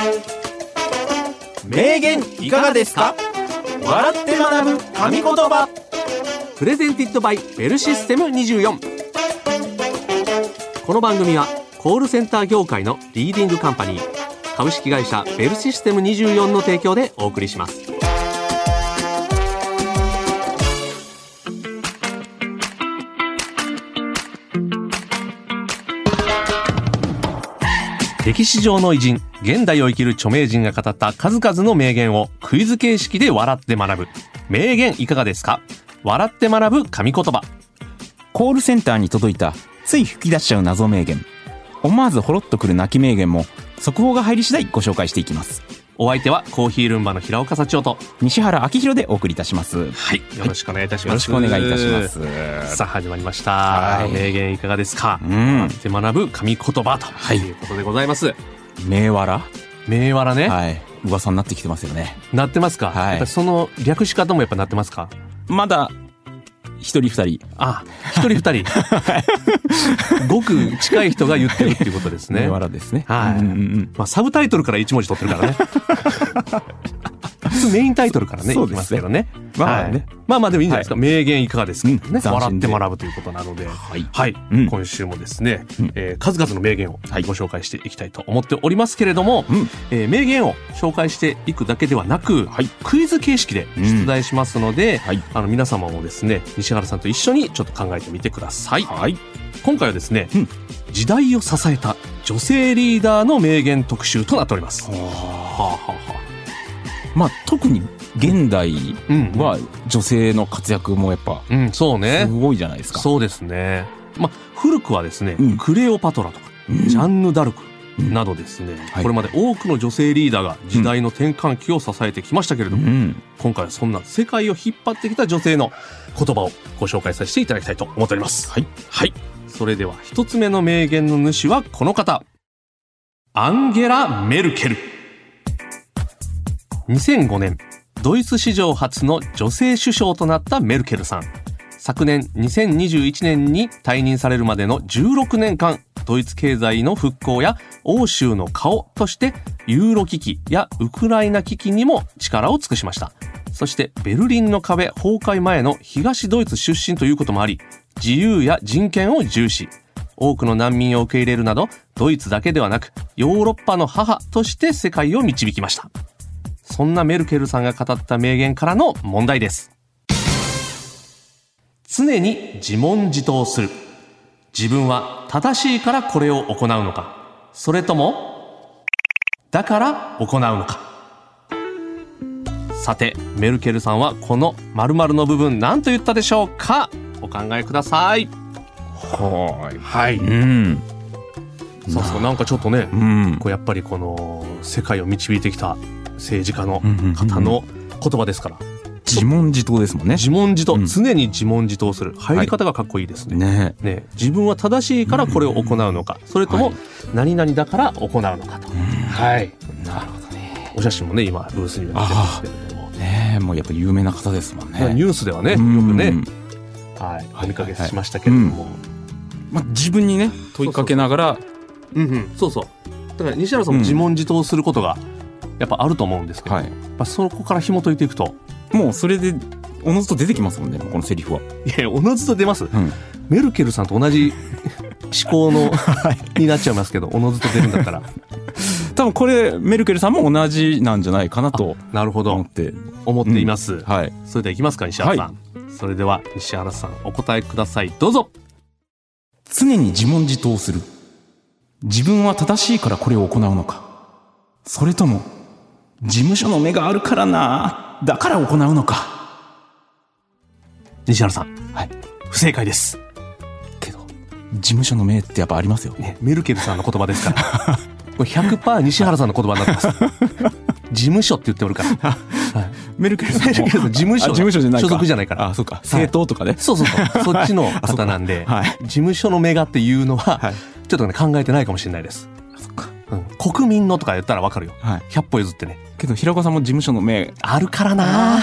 名言いかがですか？笑って学ぶ神言葉。 プレゼンティッドバイベルシステム24。この番組はコールセンター業界のリーディングカンパニー株式会社ベルシステム24の提供でお送りします。歴史上の偉人、現代を生きる著名人が語った数々の名言をクイズ形式で笑って学ぶ。名言いかがですか？笑って学ぶ神言葉。 コールセンターに届いたつい吹き出しちゃう謎名言、思わずほろっとくる泣き名言も速報が入り次第ご紹介していきます。 お相手はコーヒールンバの平岡幸男と西原明宏でお送りいたします。 はい、よろしくお願いいたします。 よろしくお願いいたします。 さあ始まりました、名言いかがですか？笑って学ぶ神言葉ということでございます。 名笑ね、 はい、噂になってきてますよね。 なってますか？ はい、 やっぱその略し方もやっぱなってますか？ まだ一人二人。 一人二人ごく近い人が言ってるっていうことですね。 名笑ですね。 はい、サブタイトルから1文字取ってるからねメインタイトルからねいきますけどね。まあでもいいんじゃないですか。名言いかがですか、笑って学ぶということなので、今週もですね、数々の名言をご紹介していきたいと思っておりますけれども、名言を紹介していくだけではなく、クイズ形式で出題しますので、皆様もですね西原さんと一緒にちょっと考えてみてください。今回はですね、時代を支えた女性リーダーの名言特集となっております。 特に現代は女性の活躍もやっぱそうね、 すごいじゃないですか。 そうですね。古くはですね、クレオパトラとか、ジャンヌ・ダルクなどですね、これまで多くの女性リーダーが時代の転換期を支えてきましたけれども、今回はそんな世界を引っ張ってきた女性の言葉をご紹介させていただきたいと思っております。それでは一つ目の名言の主はこの方、アンゲラ・メルケル。2005年ドイツ史上初の女性首相となったメルケルさん。昨年2021年に退任されるまでの16年間、ドイツ経済の復興や欧州の顔としてユーロ危機やウクライナ危機にも力を尽くしました。そしてベルリンの壁崩壊前の東ドイツ出身ということもあり、自由や人権を重視、多くの難民を受け入れるなど、ドイツだけではなくヨーロッパの母として世界を導きました。そんなメルケルさんが語った名言からの問題です。常に自問自答する。自分は正しいからこれを行うのか、それともだから行うのか。さてメルケルさんはこの〇〇の部分何と言ったでしょうか？お考えください。そうなんかちょっとね、こうやっぱりこの世界を導いてきた政治家の方の言葉ですから、 自問自答ですもんね。 自問自答、常に自問自答する。入り方がかっこいいですね。自分は正しいからこれを行うのか、それとも何々だから行うのかと。なるほどね。お写真もね今ブースには出てますけれどもね、 もうやっぱ有名な方ですもんね。 ニュースではねよくねお見かけしましたけれども、 自分にね問いかけながら、 そうだから西原さんも自問自答することがやっぱあると思うんですけど、そこから紐解いていくともうそれでおのずと出てきますもんね、このセリフは。 いやおのずと出ます、メルケルさんと同じ思考のになっちゃいますけど、おのずと出るんだったら多分これメルケルさんも同じなんじゃないかなと思っています。それではいきますか西原さん、それでは西原さんお答えください。どうぞ。 常に自問自答する。自分は正しいからこれを行うのか、それとも事務所の目があるからな、だから行うのか。 西原さん、不正解です。 けど事務所の目ってやっぱありますよ、 メルケルさんの言葉ですからこれ 100% 西原さんの言葉になってます事務所って言っておるからメルケルさんも事務所じゃないか、所属じゃないから。 そうか、政党とかね。 そうそっちの方なんで事務所の目がっていうのはちょっとね考えてないかもしれないです。国民のとか言ったら分かるよ、100歩譲ってね。 けど平岡さんも事務所の目あるからな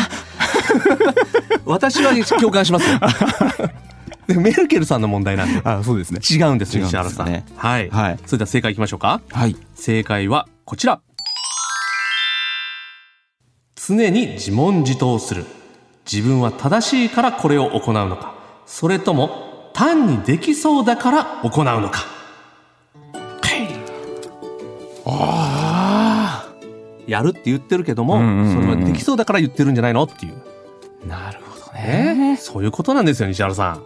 私は共感しますよでメルケルさんの問題なんで。 そうですね、 違うんです西原さん。それでは正解いきましょうか。正解はこちら。 常に自問自答する。自分は正しいからこれを行うのか、それとも単にできそうだから行うのか。やるって言ってるけども、それはできそうだから言ってるんじゃないのっていう。 なるほどね。 そういうことなんですよ、西原さん。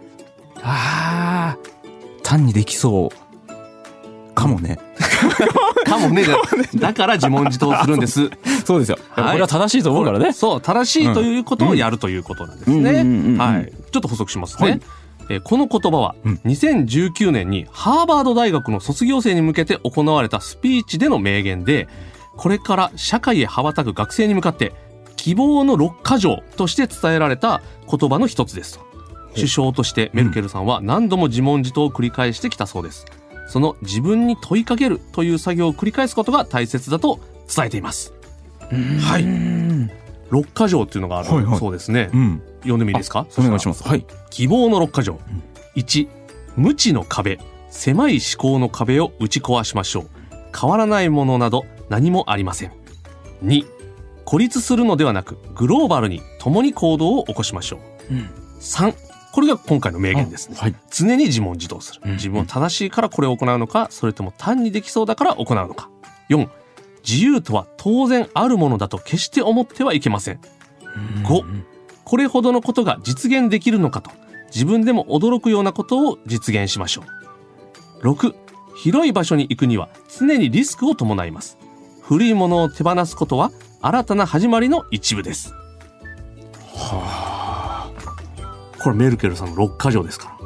単にできそうかもね。 かもね。だから自問自答するんです。 そうですよ。これは正しいと思うからね。 そう、正しいということをやるということなんですね。はい。ちょっと補足しますね。この言葉は2019年にハーバード大学の卒業生に向けて行われたスピーチでの名言で、これから社会へ羽ばたく学生に向かって希望の6か条として伝えられた言葉の一つですと。首相としてメルケルさんは何度も自問自答を繰り返してきたそうです。その自分に問いかけるという作業を繰り返すことが大切だと伝えています。はい。6か条っていうのがあるそうですね。読んでもいいですか？ お願いします。はい。 希望の6か条。1、無知の壁、狭い思考の壁を打ち壊しましょう。変わらないものなど何もありません。2、孤立するのではなくグローバルに共に行動を起こしましょう。3、これが今回の名言ですね。常に自問自答する。自分は正しいからこれを行うのか、それとも単にできそうだから行うのか。4、自由とは当然あるものだと決して思ってはいけません。5、これほどのことが実現できるのかと自分でも驚くようなことを実現しましょう。6、広い場所に行くには常にリスクを伴います。古いものを手放すことは新たな始まりの一部です。これメルケルさんの6か条ですから。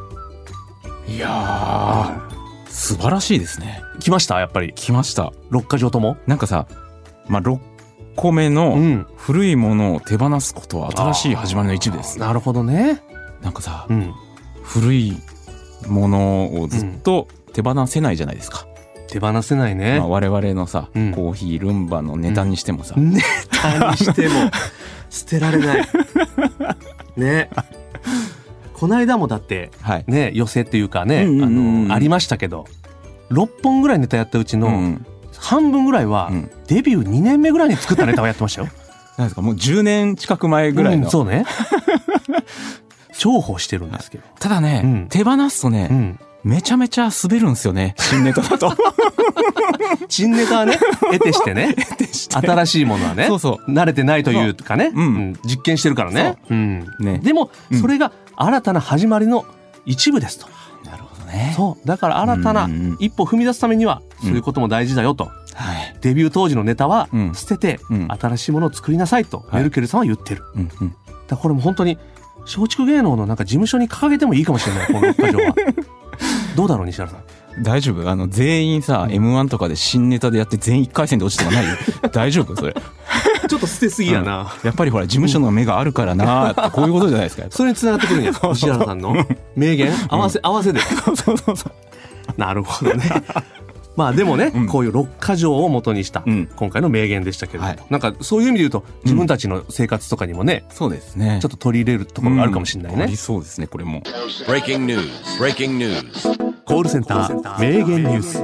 いやー、 素晴らしいですね。 来ました？やっぱり来ました。 6か条ともなんかさ、6個目の古いものを手放すことは新しい始まりの一部です。 なるほどね。 なんかさ、古いものをずっと手放せないじゃないですか。 手放せないね。 我々のさ、コーヒールンバのネタにしてもさ、 ネタにしても捨てられないね。この間もだってね、寄せっていうかね、ありましたけど、6本ぐらいネタやったうちの半分ぐらいはデビュー2年目ぐらいに作ったネタをやってましたよ。 なんですか、もう10年近く前ぐらいの。 そうね。重宝してるんですけど。 ただね、手放すとね、めちゃめちゃ滑るんですよね、新ネタだと。 新ネタはね、得てしてね、新しいものはね、慣れてないというかね、実験してるからね。でもそれが新たな始まりの一部ですと。 なるほどね。 そう、だから新たな一歩踏み出すためにはそういうことも大事だよと。デビュー当時のネタは捨てて新しいものを作りなさいとメルケルさんは言ってる。だからこれも本当に松竹芸能のなんか事務所に掲げてもいいかもしれない、この6か条は。どうだろう、西原さん。 大丈夫？全員さ、M1 とかで新ネタでやって全員1回戦で落ちてはない？大丈夫それ？ ちょっと捨てすぎやな。 やっぱりほら、事務所の目があるからなって、こういうことじゃないですか。 それに繋がってくるんや。西原さんの名言合わせで。そうなるほどね。まあでもね、こういう6か条を元にした今回の名言でしたけど、なんかそういう意味で言うと自分たちの生活とかにもね、 そうですね、 ちょっと取り入れるところがあるかもしれないね。 ありそうですね、これも。 Breaking news。 コールセンター名言ニュース。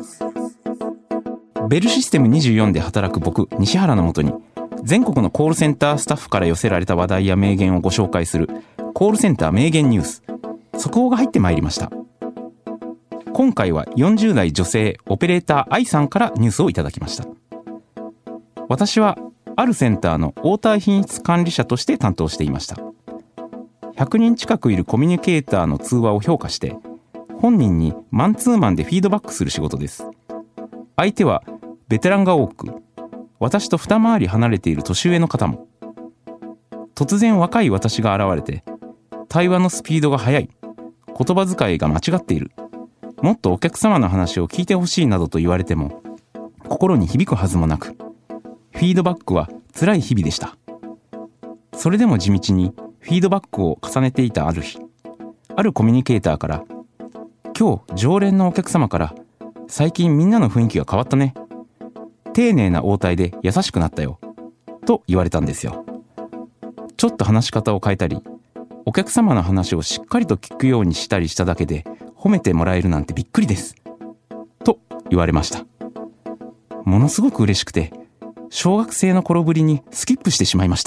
ベルシステム24で働く僕、西原のもとに全国のコールセンタースタッフから寄せられた話題や名言をご紹介するコールセンター名言ニュース、速報が入ってまいりました。今回は40代女性オペレーター愛さんからニュースをいただきました。私はあるセンターの応対品質管理者として担当していました。100人近くいるコミュニケーターの通話を評価して本人にマンツーマンでフィードバックする仕事です。相手はベテランが多く、私と二回り離れている年上の方も。突然若い私が現れて、対話のスピードが速い、言葉遣いが間違っている、もっとお客様の話を聞いてほしいなどと言われても心に響くはずもなく、フィードバックは辛い日々でした。それでも地道にフィードバックを重ねていたある日、あるコミュニケーターから、今日常連のお客様から最近みんなの雰囲気が変わったね、丁寧な応対で優しくなったよと言われたんですよ。ちょっと話し方を変えたり、お客様の話をしっかりと聞くようにしたりしただけで褒めてもらえるなんてびっくりですと言われました。ものすごく嬉しくて、 小学生の頃ぶりにスキップしてしまいました。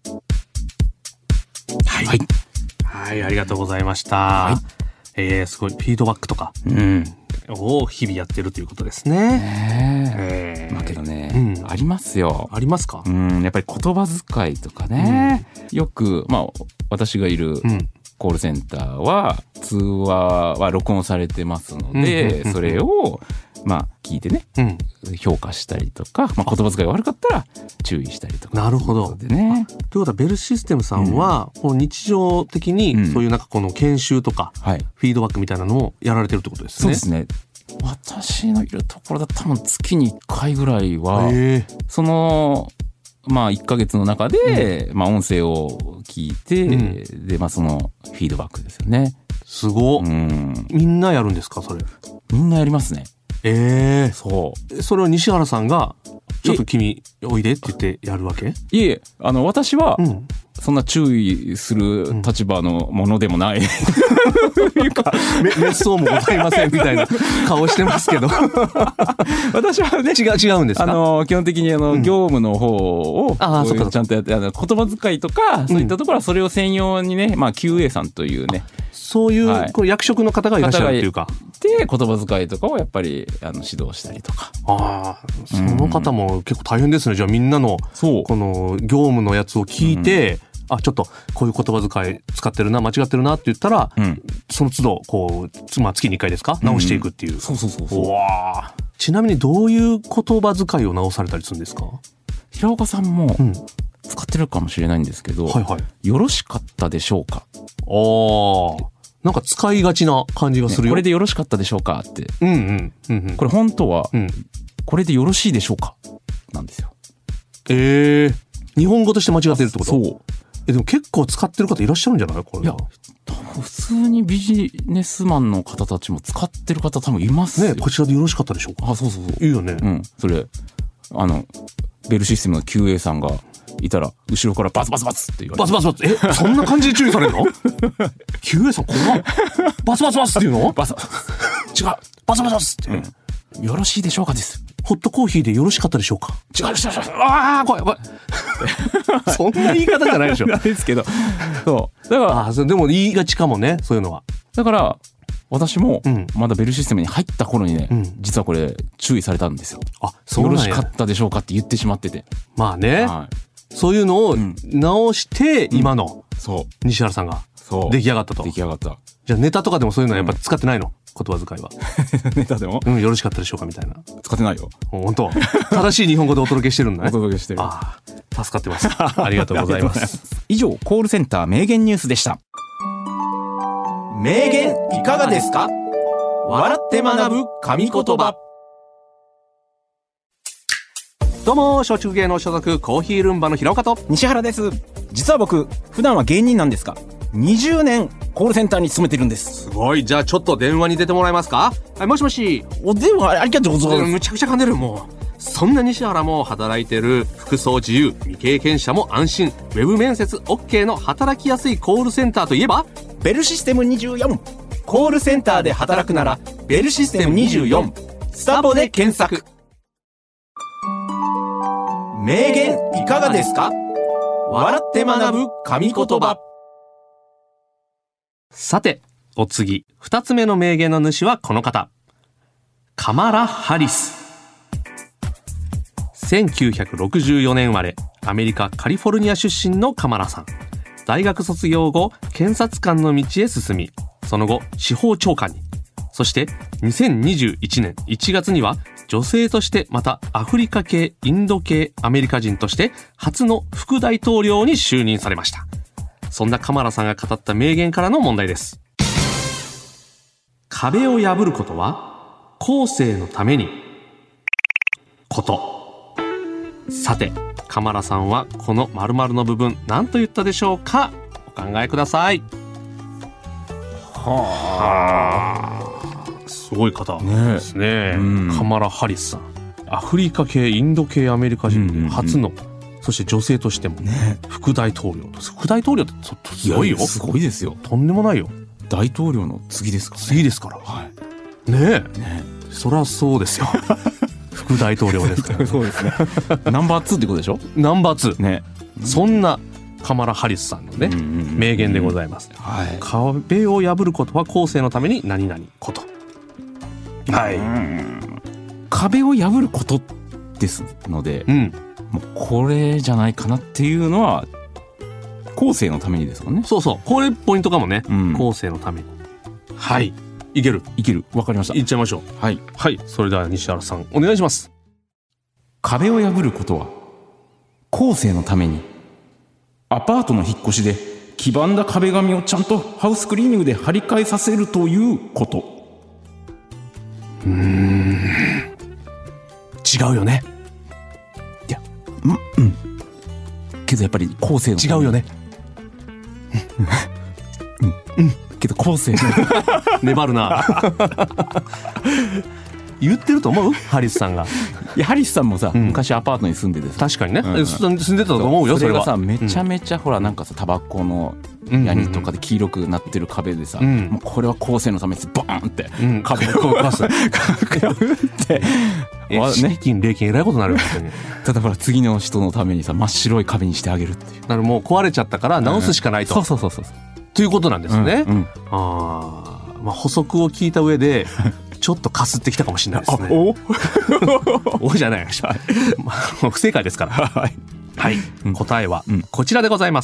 はい、はいはい、ありがとうございました。はい、すごいフィードバックとか、を日々やってるということですね。 まあけどね、ありますよ。 ありますか？ やっぱり言葉遣いとかね、よくまあ私がいるコールセンターは通話は録音されてますので、それをまあ聞いてね、評価したりとか、まあ、言葉遣いが悪かったら注意したりとか。 なるほど。 でね。 ということはベルシステムさんは、この日常的にそういうなんかこの研修とか、フィードバックみたいなのをやられてるってことですね。 そうですね。私のいるところだと多分月に1回ぐらいは、そのまあ1ヶ月の中で、まあ音声を聞いて、でまあそのフィードバックですよね。 すごっ。みんなやるんですかそれ？ みんなやりますね。 そう。それを西原さんがちょっと君おいでって言ってやるわけ？ いえ、私はそんな注意する立場のものでもない、 いうか滅相もございませんみたいな顔してますけど私はね違うんですか？ 基本的に業務の方をちゃんとやって言葉遣いとかそういったところはそれを専用にね、まあ QA さんというねそういうこれ役職の方がいらっしゃるっていうかで言葉遣いとかをやっぱり指導したりとか。 その方も結構大変ですね。じゃあみんなのこの業務のやつを聞いて、ちょっとこういう言葉遣い使ってるな間違ってるなって言ったら、その都度こう、まあ、月に1回ですか直していくっていう。 そう。 ちなみにどういう言葉遣いを直されたりするんですか？ 平岡さんも使ってるかもしれないんですけど、よろしかったでしょうか？ なんか使いがちな感じがするよ。 これでよろしかったでしょうかって。これ本当は、これでよろしいでしょうかなんですよ。 日本語として間違ってるってこと？ そう。 でも結構使ってる方いらっしゃるんじゃないこれ？いや、 多分普通にビジネスマンの方たちも使ってる方多分いますよ。 ね、こちらでよろしかったでしょうか？ そう。 いいよね。 それ、ベルシステムの QA さんがいたら、後ろからバツバツバツって言われる。 バツバツバツ。そんな感じで注意されるの？ QA さん怖っ。バツバツバツって言うの？違う。バツバツバツって。 よろしいでしょうかです。 ホットコーヒーでよろしかったでしょうか？ 違う。 怖い。そんな言い方じゃないでしょ。 ないですけど。そう。だから、 でも言いがちかもね、そういうのは。 だから、私も、まだベルシステムに入った頃にね、実はこれ、注意されたんですよ。よろしかったでしょうかって言ってしまってて。 まあね。そういうのを直して、今の、西原さんが出来上がったと。 出来上がった。 じゃあネタとかでもそういうのはやっぱ使ってないの？言葉遣いは。 ネタでも？ よろしかったでしょうかみたいな。 使ってないよ。 本当。正しい日本語でお届けしてるんだね。 お届けしてる。 助かってます。ありがとうございます。 以上、コールセンター名言ニュースでした。 名言いかがですか？笑って学ぶ神言葉。 どうも、松竹芸能所属コーヒールンバの平岡と西原です。実は僕、普段は芸人なんですが、20年コールセンターに勤めてるんです。 すごい。じゃあちょっと電話に出てもらえますか？はい、もしもし。 お電話ありがとうございます。 むちゃくちゃ噛んでる。もうそんな西原も働いてる、服装自由、未経験者も安心、ウェブ面接 OK の働きやすいコールセンターといえばベルシステム24。 コールセンターで働くならベルシステム24。スタボで検索。名言いかがですか？笑って学ぶ神言葉。 さて、お次、二つ目の名言の主はこの方。カマラ・ハリス。1964年生まれ、アメリカ・カリフォルニア出身のカマラさん。大学卒業後、検察官の道へ進み、その後、司法長官に。そして、2021年1月には、女性としてまたアフリカ系、インド系、アメリカ人として初の副大統領に就任されました。そんなカマラさんが語った名言からの問題です。壁を破ることは後世のためにこと。さて、カマラさんはこの〇〇の部分何と言ったでしょうか？お考えください。すごい方ですね。カマラ・ハリスさん。アフリカ系、インド系、アメリカ人で初の、そして女性としても副大統領。副大統領ってすごいよ。 すごいですよ。 とんでもないよ。 大統領の次ですからね。 次ですから。ねえ。そりゃそうですよ。 副大統領ですから、 そうですね。ナンバー2ってことでしょ。 ナンバー2、 ね。 そんなカマラ・ハリスさんのね、名言でございます。 はい。 壁を破ることは後世のために何々こと。はい。 壁を破ることですので、もうこれじゃないかなっていうのは後世のためにですもんね。 そうそう、これポイントかもね、後世のために。はい、いけるわかりました。 いっちゃいましょう。はい、はい、それでは西原さんお願いします。 壁を破ることは後世のためにアパートの引っ越しで黄ばんだ壁紙をちゃんとハウスクリーニングで張り替えさせるということ。 違うよね。 いや、けどやっぱり後世の違うよね。 けど後世の粘るな。言ってると思う？ハリスさんが。 いや、ハリスさんもさ、昔アパートに住んでてさ、 確かにね、住んでたと思うよ。 それがさ、めちゃめちゃほら、なんかさ、タバコのヤニとかで黄色くなってる壁でさ、もうこれは後世のためにバーンって壁をこう壊すって敷金礼金えらいことになるよ。 ただほら、次の人のためにさ、真っ白い壁にしてあげるっていう。 だからもう壊れちゃったから直すしかないと。 そうということなんですね。まあ補足を聞いた上でちょっとかすってきたかもしれないですね。おじゃない。不正解ですから。はい、答えはこちらでございます。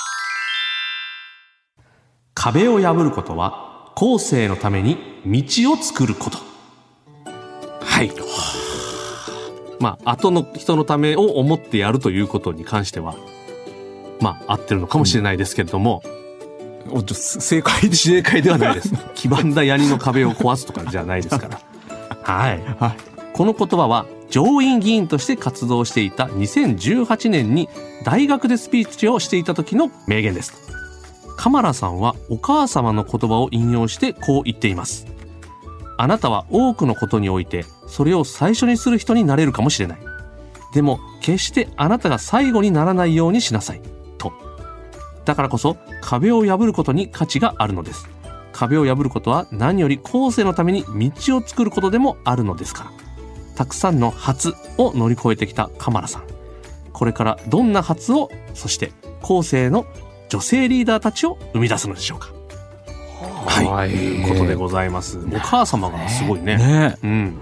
壁を破ることは後世のために道を作ること。はい。まあ後の人のためを思ってやるということに関してはまあ合ってるのかもしれないですけれども、正解ではないです。黄ばんだヤニの壁を壊すとかじゃないですから。はい、この言葉は上院議員として活動していた2018年に大学でスピーチをしていた時の名言です。カマラさんはお母様の言葉を引用してこう言っています。あなたは多くのことにおいてそれを最初にする人になれるかもしれない。でも決してあなたが最後にならないようにしなさいと。だからこそ壁を破ることに価値があるのです。壁を破ることは何より後世のために道を作ることでもあるのですから。たくさんの初を乗り越えてきたカマラさん、これからどんな初を、そして後世の女性リーダーたちを生み出すのでしょうか。はい、ということでございます。お母様がすごいね。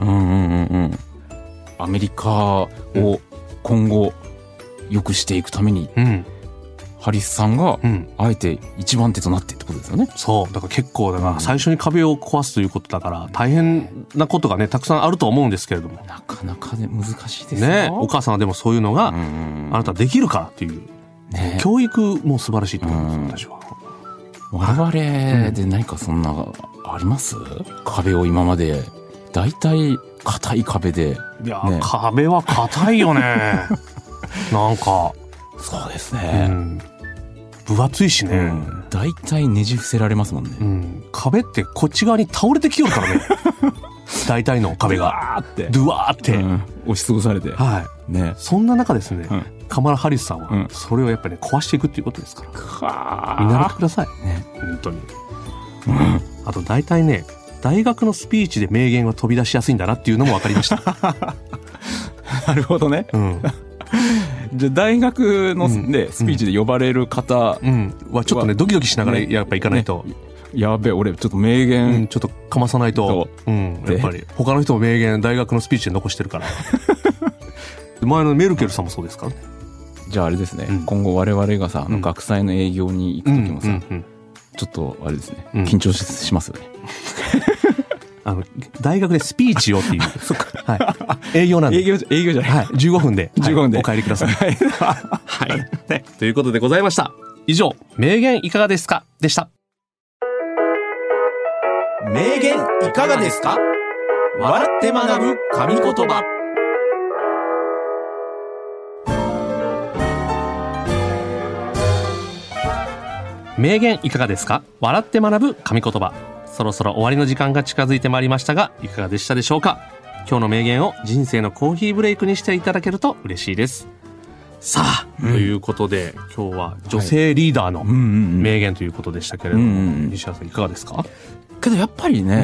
アメリカを今後良くしていくために、ハリスさんがあえて一番手となってってことですよね。 そうだから結構だから最初に壁を壊すということだから大変なことがねたくさんあると思うんですけれども、 なかなかね難しいですよね。お母さんはでもそういうのがあなたできるからっていう、教育も素晴らしいと思います。私は我々で何かそんなあります？壁を今までだいたい硬い壁で、 いや、壁は硬いよね。なんかそうですね、 分厚いしね、 だいたいねじ伏せられますもんね、 壁ってこっち側に倒れてきよるからね。大体の壁がドゥワーって、 押しつぶされて、 そんな中ですね、カマラ・ハリスさんはそれをやっぱりね壊していくっていうことですから見習ってください、本当に、あと大体ね大学のスピーチで名言は飛び出しやすいんだなっていうのも分かりました。 なるほどね、じゃあ大学の、スピーチで呼ばれる方はちょっとねドキドキしながらやっぱ行かないと、 やべえ俺ちょっと名言、 ちょっとかまさないと、やっぱり他の人も名言大学のスピーチで残してるから。前のメルケルさんもそうですからね。 じゃああれですね、今後我々がさ学祭の営業に行く時もさ、ちょっとあれですね、緊張しますよね。 大学でスピーチをっていう営業なんで、営業じゃない、15分でお帰りください。ということでございました。以上名言いかがですかでした。 名言いかがですか。笑って学ぶ神言葉。 名言いかがですか。笑って学ぶ神言葉。そろそろ終わりの時間が近づいてまいりましたが、いかがでしたでしょうか。今日の名言を人生のコーヒーブレイクにしていただけると嬉しいです。さあ、ということで今日は女性リーダーの名言ということでしたけれども、西原さんいかがですか。 けどやっぱりね、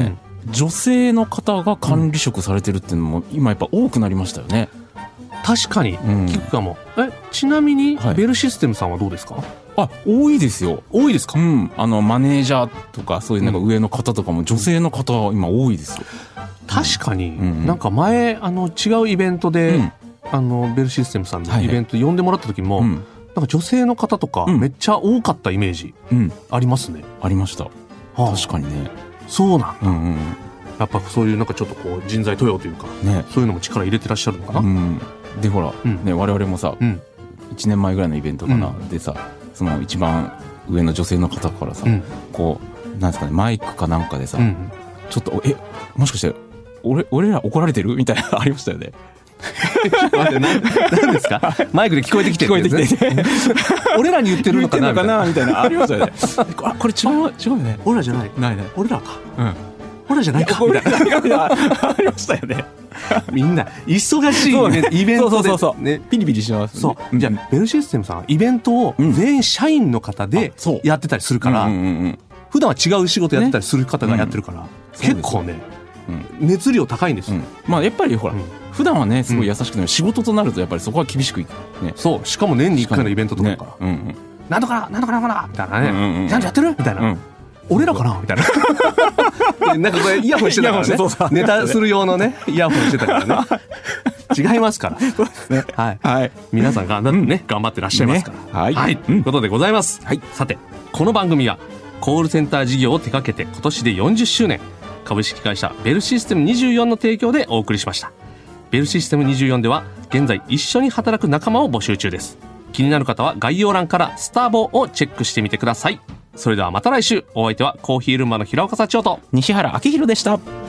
女性の方が管理職されてるっていうのも今やっぱ多くなりましたよね。 確かに聞くかも、ちなみにはいベルシステムさんはどうですか？ あ、多いですよ。 多いですか？ マネージャーとかそういうなんか上の方とかも女性の方は今多いですよ。 確かに、 んなんか前違うイベントで、ベルシステムさんのイベント呼んでもらった時も、なんか女性の方とかめっちゃ多かったイメージありますね。 ありました。確かにね。 そうなんだ、 うんうん。 やっぱそういうなんかちょっとこう人材登用というか、 ね。 そういうのも力入れてらっしゃるのかな、 でほら、 うんね、我々もさ、 うん 1年前ぐらいのイベントかな、でさ、その一番上の女性の方からさ、こうなんですかね、マイクかなんかでさ、ちょっともしかして俺ら怒られてるみたいなのありましたよね。 待って、何ですか？マイクで聞こえてきてるんですね。俺らに言ってるのかなみたいなありましたよね。あ、これ違うよね。 俺らじゃない。 ない。 俺らか。 うん。 俺らじゃないか。みたいな。 ありましたよね。 みんな忙しいねイベントでそうね、 ピリピリします。 そう。じゃあベルシステムさんはイベントを全員社員の方でやってたりするから、普段は違う仕事やってたりする方がやってるから、結構ね、熱量高いんですよ。 まあやっぱりほら、普段はねすごい優しくても仕事となるとやっぱりそこは厳しくね。 そう。しかも年に1回のイベントとかだから、なんとかなみたいなね、ちゃんとやってるみたいな。俺らかなみたいな。なんかこれイヤホンしてたからね。ネタする用のね、イヤホンしてたからね。違いますから。 そうですね。 はい。皆さんが頑張ってらっしゃいますから。はい。ということでございます。さて、この番組はコールセンター事業を手掛けて今年で40周年、株式会社ベルシステム24の提供でお送りしました。ベルシステム24では現在一緒に働く仲間を募集中です。気になる方は概要欄からスターボをチェックしてみてください。それではまた来週。お相手はコーヒールンバの平岡幸男と西原明宏でした。